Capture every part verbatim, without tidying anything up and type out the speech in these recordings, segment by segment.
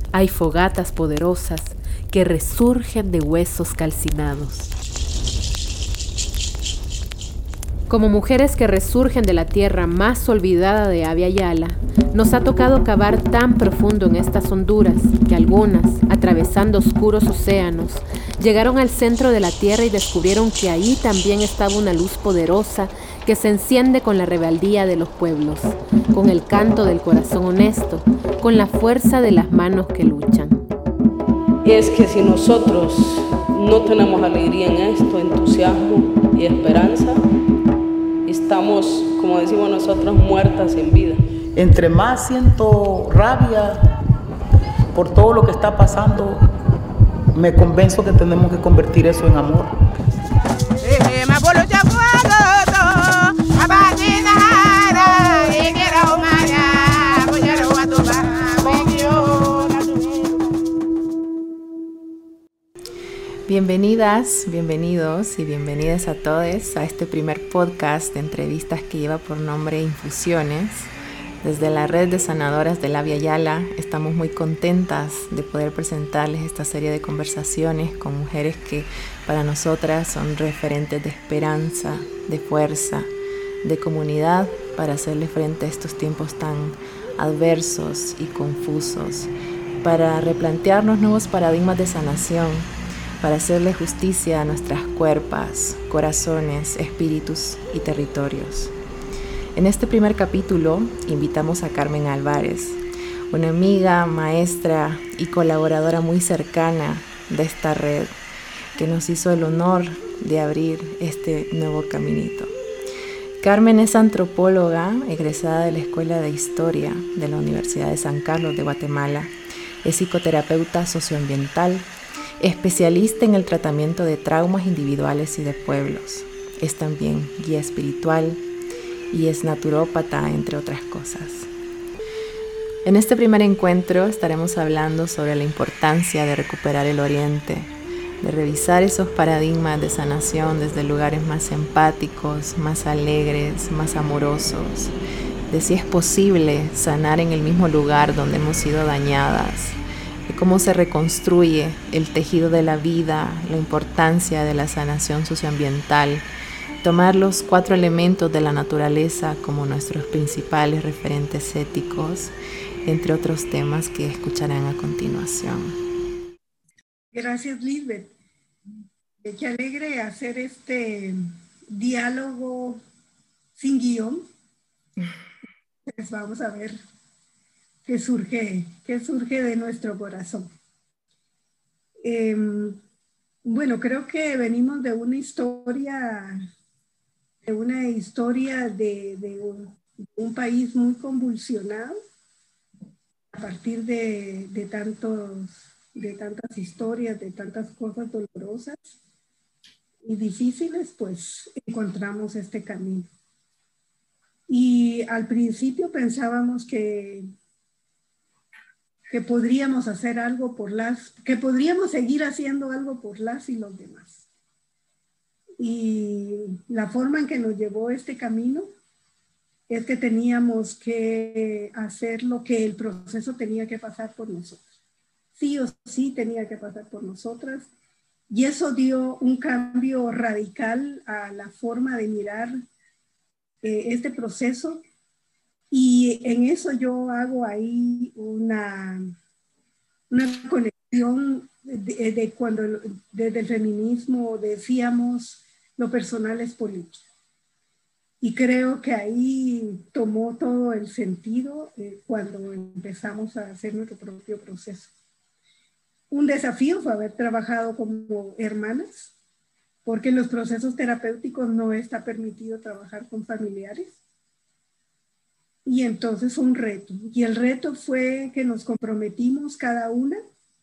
hay fogatas poderosas que resurgen de huesos calcinados. Como mujeres que resurgen de la tierra más olvidada de Abya Yala, nos ha tocado cavar tan profundo en estas honduras que algunas, atravesando oscuros océanos, llegaron al centro de la tierra y descubrieron que ahí también estaba una luz poderosa que se enciende con la rebeldía de los pueblos, con el canto del corazón honesto, con la fuerza de las manos que luchan. Es que si nosotros no tenemos alegría en esto, entusiasmo y esperanza, estamos, como decimos nosotros, muertas en vida. Entre más siento rabia por todo lo que está pasando, me convenzo que tenemos que convertir eso en amor. Bienvenidas, bienvenidos y bienvenidas a todos a este primer podcast de entrevistas que lleva por nombre Infusiones. Desde la red de sanadoras del Abya Yala estamos muy contentas de poder presentarles esta serie de conversaciones con mujeres que para nosotras son referentes de esperanza, de fuerza, de comunidad para hacerle frente a estos tiempos tan adversos y confusos, para replantearnos nuevos paradigmas de sanación, para hacerle justicia a nuestras cuerpos, corazones, espíritus y territorios. En este primer capítulo invitamos a Carmen Álvarez, una amiga, maestra y colaboradora muy cercana de esta red que nos hizo el honor de abrir este nuevo caminito. Carmen es antropóloga, egresada de la Escuela de Historia de la Universidad de San Carlos de Guatemala, es psicoterapeuta socioambiental, especialista en el tratamiento de traumas individuales y de pueblos. Es también guía espiritual y es naturópata, entre otras cosas. En este primer encuentro estaremos hablando sobre la importancia de recuperar el oriente, de revisar esos paradigmas de sanación desde lugares más empáticos, más alegres, más amorosos, de si es posible sanar en el mismo lugar donde hemos sido dañadas, de cómo se reconstruye el tejido de la vida, la importancia de la sanación socioambiental, tomar los cuatro elementos de la naturaleza como nuestros principales referentes éticos, entre otros temas que escucharán a continuación. Gracias, Lisbeth. Qué alegre hacer este diálogo sin guión. Pues vamos a ver qué surge, qué surge de nuestro corazón. Eh, bueno, creo que venimos de una historia, de una historia de, de, un, de un país muy convulsionado a partir de, de, tantos, de tantas historias, de tantas cosas dolorosas y difíciles, pues encontramos este camino. Y al principio pensábamos que que podríamos hacer algo por las, que podríamos seguir haciendo algo por las y los demás. Y la forma en que nos llevó este camino es que teníamos que hacer lo que el proceso tenía que pasar por nosotros. Sí o sí tenía que pasar por nosotras. Y eso dio un cambio radical a la forma de mirar eh, este proceso. Y en eso yo hago ahí una, una conexión de, de cuando desde el feminismo decíamos lo personal es política. Y creo que ahí tomó todo el sentido eh, cuando empezamos a hacer nuestro propio proceso. Un desafío fue haber trabajado como hermanas, porque en los procesos terapéuticos no está permitido trabajar con familiares. Y entonces un reto. Y el reto fue que nos comprometimos cada una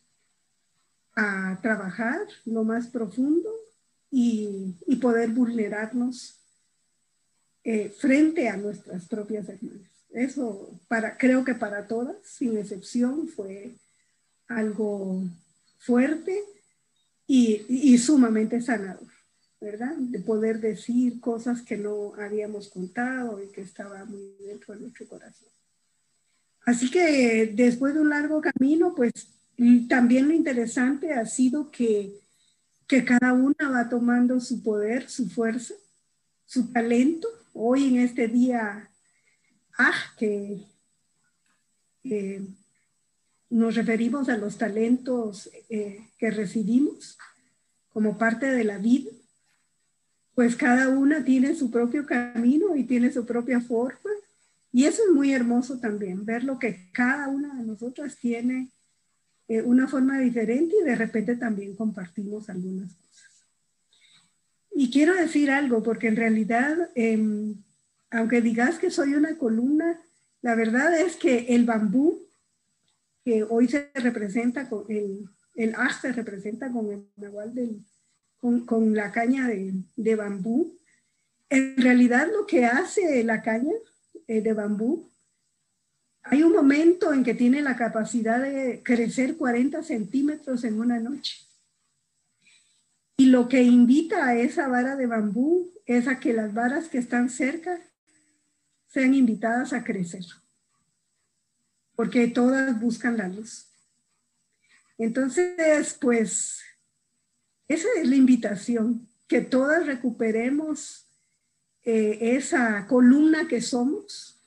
a trabajar lo más profundo y, y poder vulnerarnos eh, frente a nuestras propias hermanas. Eso para, creo que para todas, sin excepción, fue algo fuerte y, y sumamente sanador, ¿verdad? De poder decir cosas que no habíamos contado y que estaba muy dentro de nuestro corazón. Así que después de un largo camino, pues Y también lo interesante ha sido que, que cada una va tomando su poder, su fuerza, su talento. Hoy en este día, ah, que eh, nos referimos a los talentos eh, que recibimos como parte de la vida, pues cada una tiene su propio camino y tiene su propia forma. Y eso es muy hermoso también, ver lo que cada una de nosotras tiene eh, una forma diferente y de repente también compartimos algunas cosas. Y quiero decir algo, porque en realidad, eh, aunque digas que soy una columna, la verdad es que el bambú, que hoy se representa con el, el aj se representa con el nahual del, con, con la caña de, de bambú. En realidad lo que hace la caña eh, de bambú, hay un momento en que tiene la capacidad de crecer cuarenta centímetros en una noche. Y lo que invita a esa vara de bambú es a que las varas que están cerca sean invitadas a crecer, porque todas buscan la luz. Entonces, pues, esa es la invitación, que todas recuperemos eh, esa columna que somos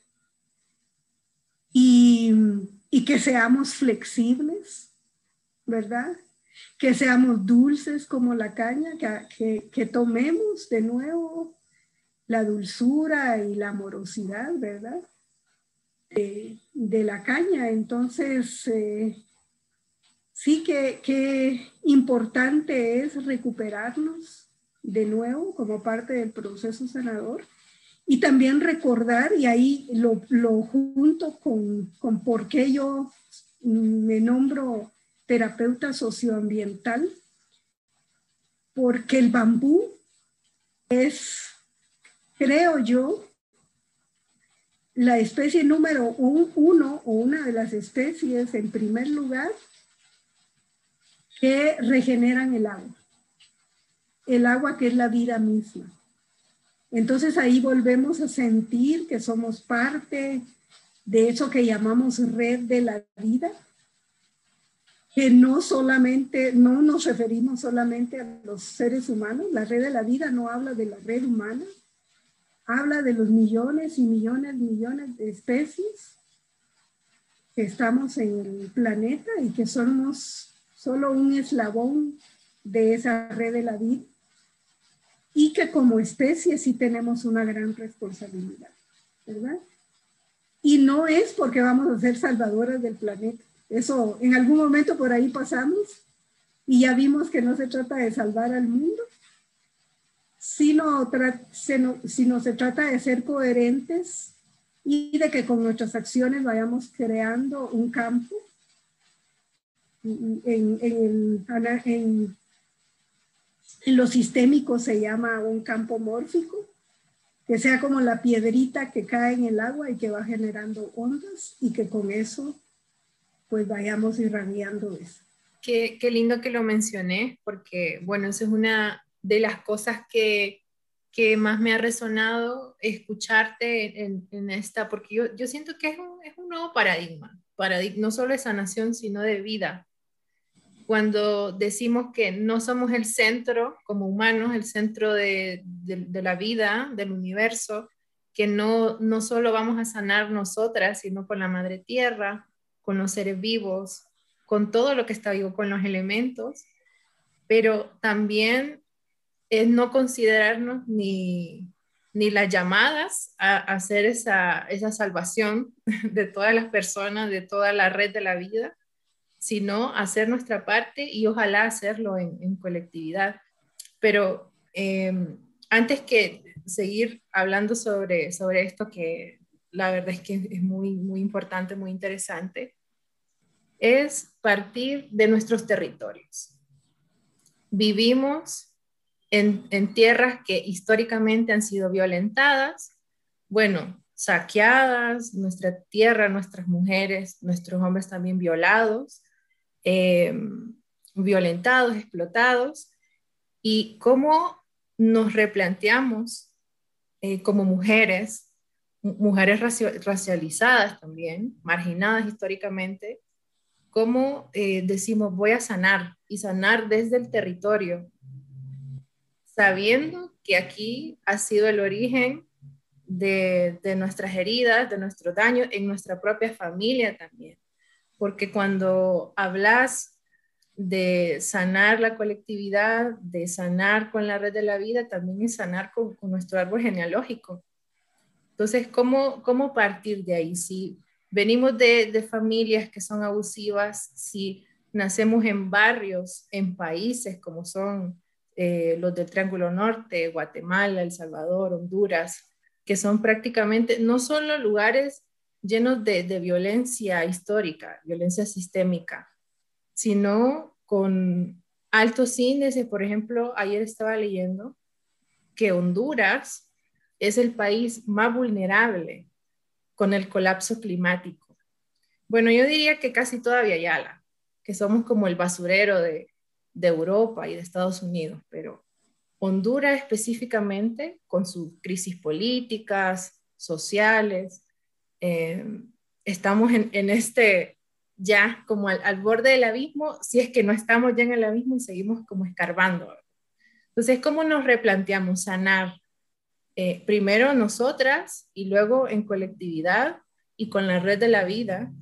y, y que seamos flexibles, ¿verdad? Que seamos dulces como la caña, que, que, que tomemos de nuevo la dulzura y la amorosidad, ¿verdad? De, de la caña. Entonces, eh, sí que, que importante es recuperarnos de nuevo como parte del proceso sanador y también recordar, y ahí lo, lo junto con, con por qué yo me nombro terapeuta socioambiental, porque el bambú es, creo yo, la especie número uno o una de las especies en primer lugar que regeneran el agua. El agua que es la vida misma. Entonces ahí volvemos a sentir que somos parte de eso que llamamos red de la vida, que no solamente, no nos referimos solamente a los seres humanos. La red de la vida no habla de la red humana, habla de los millones y millones, millones de especies que estamos en el planeta y que somos solo un eslabón de esa red de la vida. Y que como especie sí tenemos una gran responsabilidad, ¿verdad? Y no es porque vamos a ser salvadoras del planeta. Eso en algún momento por ahí pasamos y ya vimos que no se trata de salvar al mundo, sino, sino se trata de ser coherentes y de que con nuestras acciones vayamos creando un campo en, en, en, en En lo sistémico se llama un campo mórfico, que sea como la piedrita que cae en el agua y que va generando ondas y que con eso pues vayamos irradiando eso. Qué, qué lindo que lo mencioné, porque bueno, eso es una de las cosas que, que más me ha resonado escucharte en, en esta, porque yo, yo siento que es un, es un nuevo paradigma, paradigma, no solo de sanación, sino de vida. Cuando decimos que no somos el centro, como humanos, el centro de, de, de la vida, del universo, que no, no solo vamos a sanar nosotras, sino con la madre tierra, con los seres vivos, con todo lo que está vivo, con los elementos, pero también es no considerarnos ni, ni las llamadas a, a hacer esa, esa salvación de todas las personas, de toda la red de la vida, sino hacer nuestra parte y ojalá hacerlo en, en colectividad. Pero eh, antes que seguir hablando sobre, sobre esto, que la verdad es que es muy, muy importante, muy interesante, es partir de nuestros territorios. Vivimos en, en tierras que históricamente han sido violentadas, bueno, saqueadas, nuestra tierra, nuestras mujeres, nuestros hombres también violados, Eh, violentados, explotados, y cómo nos replanteamos eh, como mujeres, mujeres racio racializadas también, marginadas históricamente, cómo eh, decimos voy a sanar y sanar desde el territorio, sabiendo que aquí ha sido el origen de, de nuestras heridas, de nuestros daños, en nuestra propia familia también. Porque cuando hablas de sanar la colectividad, de sanar con la red de la vida, también es sanar con, con nuestro árbol genealógico. Entonces, ¿cómo, cómo partir de ahí? Si venimos de, de familias que son abusivas, si nacemos en barrios, en países como son eh, los del Triángulo Norte, Guatemala, El Salvador, Honduras, que son prácticamente no solo lugares llenos de, de violencia histórica, violencia sistémica, sino con altos índices. Por ejemplo, ayer estaba leyendo que Honduras es el país más vulnerable con el colapso climático. Bueno, yo diría que casi toda Viayala, que somos como el basurero de, de Europa y de Estados Unidos, pero Honduras específicamente, con sus crisis políticas, sociales, eh, estamos en, en este ya como al, al borde del abismo, si es que no estamos ya en el abismo y seguimos como escarbando. Entonces, ¿cómo nos replanteamos sanar? Eh, primero nosotras y luego en colectividad y con la red de la vida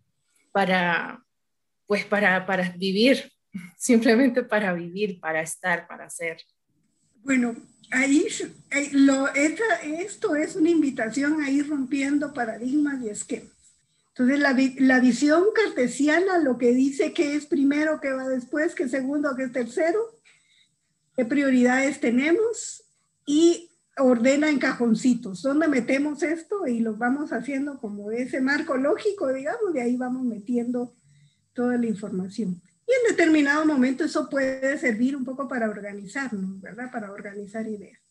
para, pues para, para vivir, simplemente para vivir, para estar, para ser. Bueno, ahí lo, esta, esto es una invitación a ir rompiendo paradigmas y esquemas. Entonces, la, la visión cartesiana lo que dice que es primero, que va después, que segundo, que es tercero, qué prioridades tenemos y ordena en cajoncitos, ¿dónde metemos esto? Y los vamos haciendo como ese marco lógico, digamos, de ahí vamos metiendo toda la información. Y en determinado momento eso puede servir un poco para organizarnos, ¿verdad? Para organizar ideas.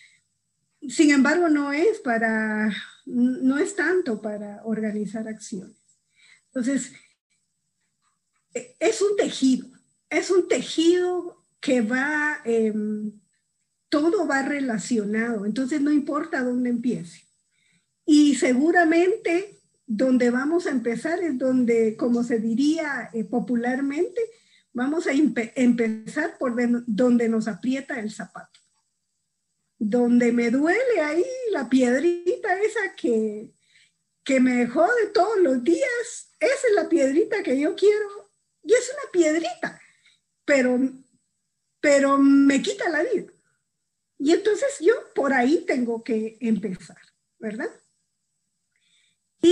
Sin embargo, no es para, no es tanto para organizar acciones. Entonces, es un tejido, es un tejido que va, eh, todo va relacionado, entonces no importa dónde empiece. Y seguramente donde vamos a empezar es donde, como se diría eh, popularmente, vamos a empezar por de, donde nos aprieta el zapato. Donde me duele ahí la piedrita esa que, que me jode todos los días, esa es la piedrita que yo quiero. Y es una piedrita, pero, pero me quita la vida. Y entonces yo por ahí tengo que empezar, ¿verdad? Y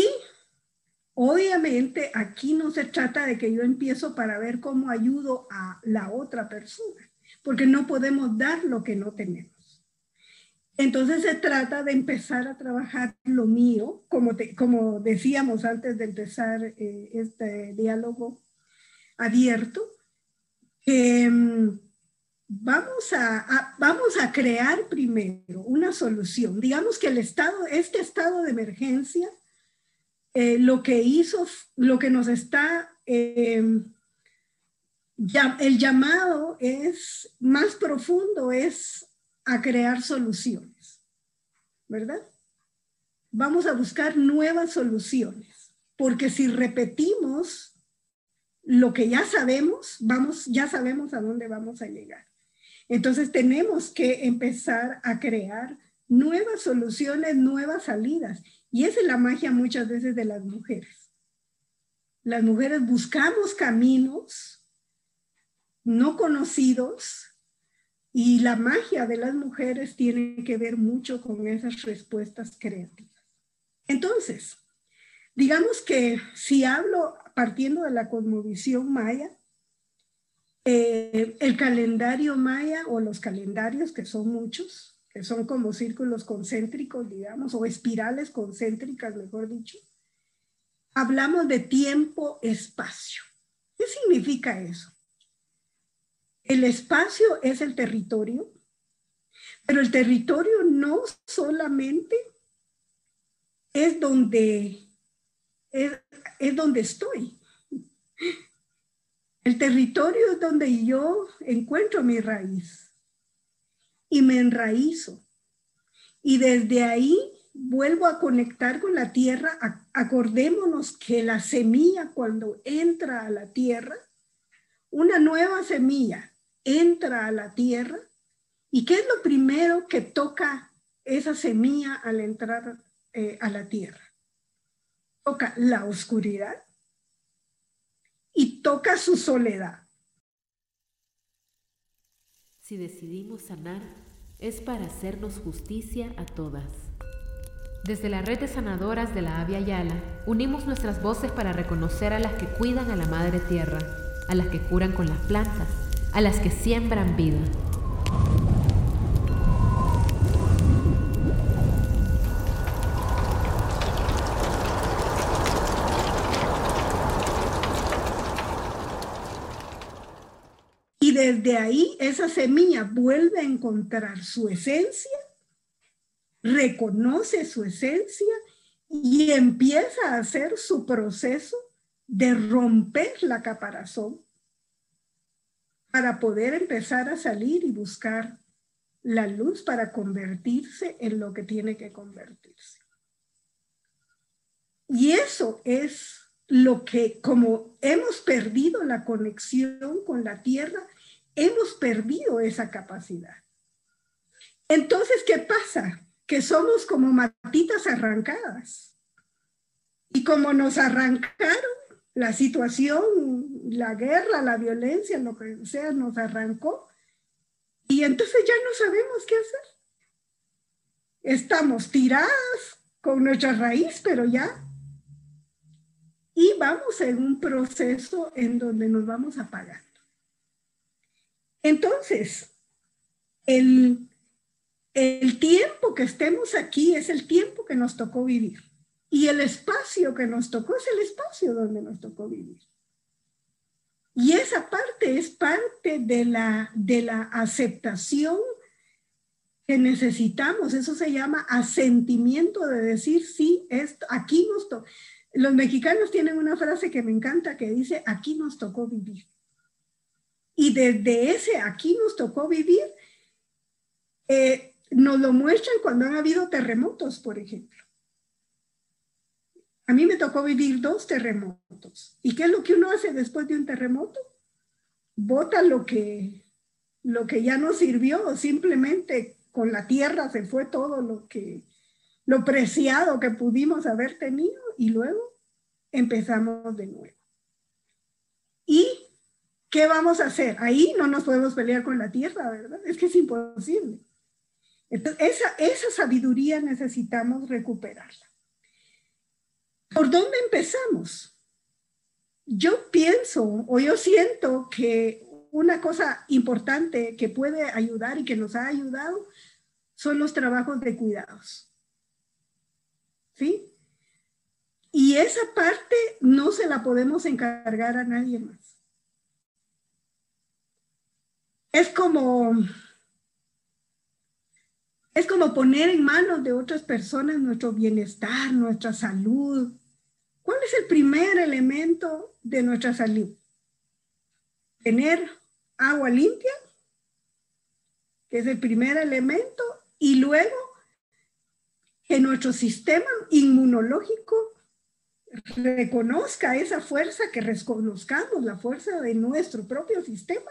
obviamente aquí no se trata de que yo empiezo para ver cómo ayudo a la otra persona, porque no podemos dar lo que no tenemos. Entonces se trata de empezar a trabajar lo mío, como, te, como decíamos antes de empezar eh, este diálogo abierto, que um, vamos, a, a, vamos a crear primero una solución. Digamos que el estado, este estado de emergencia, eh, lo que hizo, lo que nos está, eh, ya, el llamado es más profundo, es a crear soluciones, ¿verdad? Vamos a buscar nuevas soluciones, porque si repetimos lo que ya sabemos, vamos, ya sabemos a dónde vamos a llegar. Entonces tenemos que empezar a crear nuevas soluciones, nuevas salidas. Y esa es la magia muchas veces de las mujeres. Las mujeres buscamos caminos no conocidos y la magia de las mujeres tiene que ver mucho con esas respuestas creativas. Entonces, digamos que si hablo partiendo de la cosmovisión maya, eh, el calendario maya o los calendarios, que son muchos, que son como círculos concéntricos, digamos, o espirales concéntricas, mejor dicho, hablamos de tiempo-espacio. ¿Qué significa eso? El espacio es el territorio, pero el territorio no solamente es donde, es, es donde estoy. El territorio es donde yo encuentro mi raíz y me enraizo. Y desde ahí vuelvo a conectar con la tierra. Acordémonos que la semilla cuando entra a la tierra, una nueva semilla entra a la tierra. ¿Y qué es lo primero que toca esa semilla al entrar eh, a la tierra? Toca la oscuridad y toca su soledad. Si decidimos sanar, es para hacernos justicia a todas. Desde la red de sanadoras de la Abya Yala, unimos nuestras voces para reconocer a las que cuidan a la Madre Tierra, a las que curan con las plantas, a las que siembran vida. Y desde ahí esa semilla vuelve a encontrar su esencia, reconoce su esencia y empieza a hacer su proceso de romper la caparazón para poder empezar a salir y buscar la luz para convertirse en lo que tiene que convertirse. Y eso es lo que, como hemos perdido la conexión con la tierra, hemos perdido esa capacidad. Entonces, ¿qué pasa? Que somos como matitas arrancadas. Y como nos arrancaron, la situación, la guerra, la violencia, lo que sea, nos arrancó. Y entonces ya no sabemos qué hacer. Estamos tiradas con nuestra raíz, pero ya. Y vamos en un proceso en donde nos vamos apagando. Entonces, el, el tiempo que estemos aquí es el tiempo que nos tocó vivir. Y el espacio que nos tocó es el espacio donde nos tocó vivir. Y esa parte es parte de la, de la aceptación que necesitamos. Eso se llama asentimiento de decir, sí, esto, aquí nos tocó. Los mexicanos tienen una frase que me encanta que dice, aquí nos tocó vivir. Y desde ese aquí nos tocó vivir, eh, nos lo muestran cuando han habido terremotos, por ejemplo. A mí me tocó vivir dos terremotos. ¿Y qué es lo que uno hace después de un terremoto? Bota lo que, lo que ya no sirvió, o simplemente con la tierra se fue todo lo que, lo preciado que pudimos haber tenido, y luego empezamos de nuevo. ¿Y qué vamos a hacer? Ahí no nos podemos pelear con la tierra, ¿verdad? Es que es imposible. Entonces, esa, esa sabiduría necesitamos recuperarla. ¿Por dónde empezamos? Yo pienso o yo siento que una cosa importante que puede ayudar y que nos ha ayudado son los trabajos de cuidados. ¿Sí? Y esa parte no se la podemos encargar a nadie más. Es como, es como poner en manos de otras personas nuestro bienestar, nuestra salud. ¿Cuál es el primer elemento de nuestra salud? Tener agua limpia, que es el primer elemento, y luego que nuestro sistema inmunológico reconozca esa fuerza, que reconozcamos la fuerza de nuestro propio sistema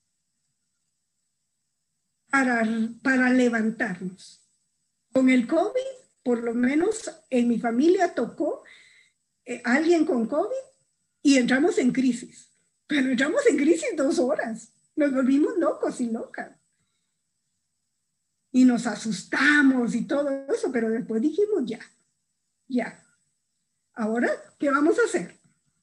para, para levantarnos. Con el COVID, por lo menos en mi familia tocó eh, alguien con COVID y entramos en crisis. Pero entramos en crisis dos horas. Nos volvimos locos y locas. Y nos asustamos y todo eso, pero después dijimos ya, ya. Ahora, ¿qué vamos a hacer?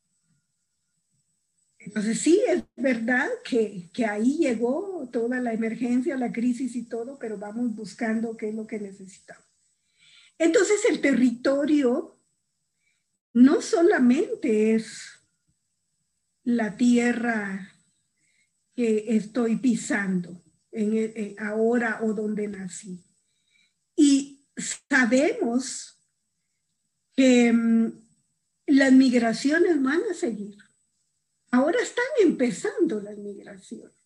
Entonces sí, es verdad que, que ahí llegó toda la emergencia, la crisis y todo, pero vamos buscando qué es lo que necesitamos. Entonces el territorio no solamente es la tierra que estoy pisando en el, eh, ahora o donde nací. Y sabemos que um, las migraciones van a seguir. Ahora están empezando las migraciones.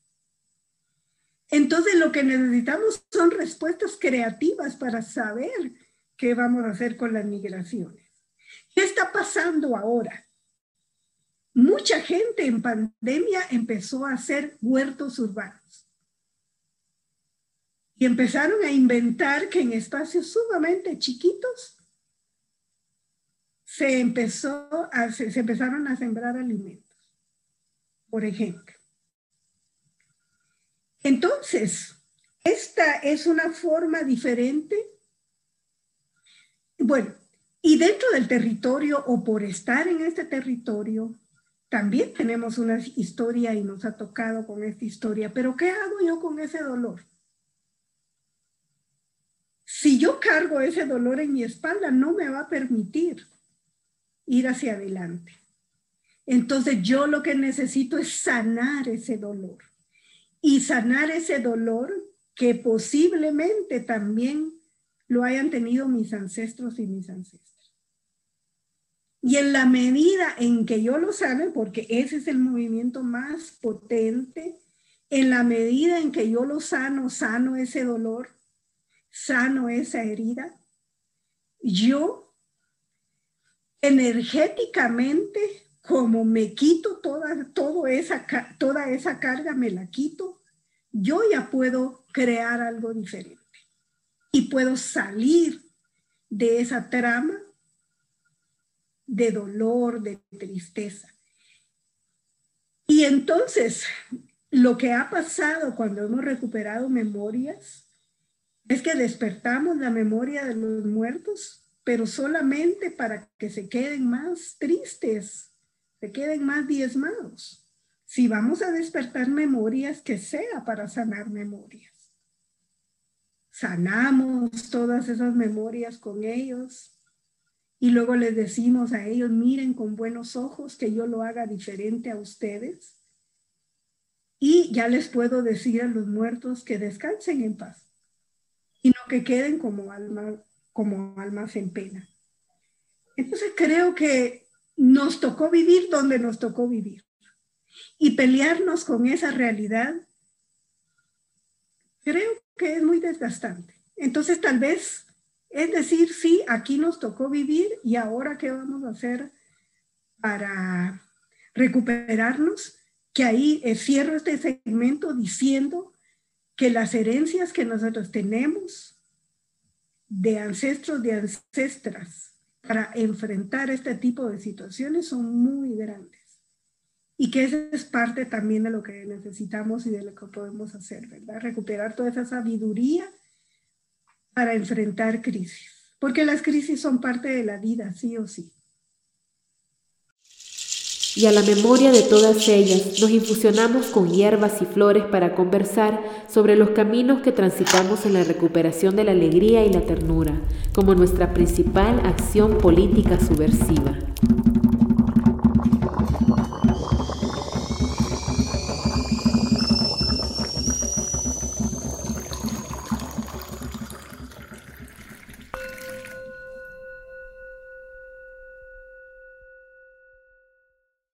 Entonces lo que necesitamos son respuestas creativas para saber ¿Qué vamos a hacer con las migraciones? ¿Qué está pasando ahora? Mucha gente en pandemia empezó a hacer huertos urbanos. Y empezaron a inventar que en espacios sumamente chiquitos se, empezó a, se, se empezaron a sembrar alimentos, por ejemplo. Entonces, esta es una forma diferente. Bueno, y dentro del territorio o por estar en este territorio, también tenemos una historia y nos ha tocado con esta historia. Pero ¿qué hago yo con ese dolor? Si yo cargo ese dolor en mi espalda, no me va a permitir ir hacia adelante. Entonces yo lo que necesito es sanar ese dolor. Y sanar ese dolor que posiblemente también lo hayan tenido mis ancestros y mis ancestras. Y en la medida en que yo lo sane, porque ese es el movimiento más potente, en la medida en que yo lo sano, sano ese dolor, sano esa herida, yo energéticamente, como me quito toda, toda, esa, toda esa carga, me la quito, yo ya puedo crear algo diferente y puedo salir de esa trama de dolor, de tristeza. Y entonces, lo que ha pasado cuando hemos recuperado memorias es que despertamos la memoria de los muertos, pero solamente para que se queden más tristes, se queden más diezmados. Si vamos a despertar memorias, que sea para sanar memorias. Sanamos todas esas memorias con ellos y luego les decimos a ellos, miren con buenos ojos que yo lo haga diferente a ustedes. Y ya les puedo decir a los muertos que descansen en paz y no que queden como, alma, como almas en pena. Entonces creo que nos tocó vivir donde nos tocó vivir y pelearnos con esa realidad creo que es muy desgastante. Entonces tal vez es decir, sí, aquí nos tocó vivir y ahora ¿qué vamos a hacer para recuperarnos? Que ahí eh, cierro este segmento diciendo que las herencias que nosotros tenemos de ancestros, de ancestras, para enfrentar este tipo de situaciones son muy grandes. Y que esa es parte también de lo que necesitamos y de lo que podemos hacer, ¿verdad? Recuperar toda esa sabiduría para enfrentar crisis. Porque las crisis son parte de la vida, sí o sí. Y a la memoria de todas ellas nos infusionamos con hierbas y flores para conversar sobre los caminos que transitamos en la recuperación de la alegría y la ternura, como nuestra principal acción política subversiva.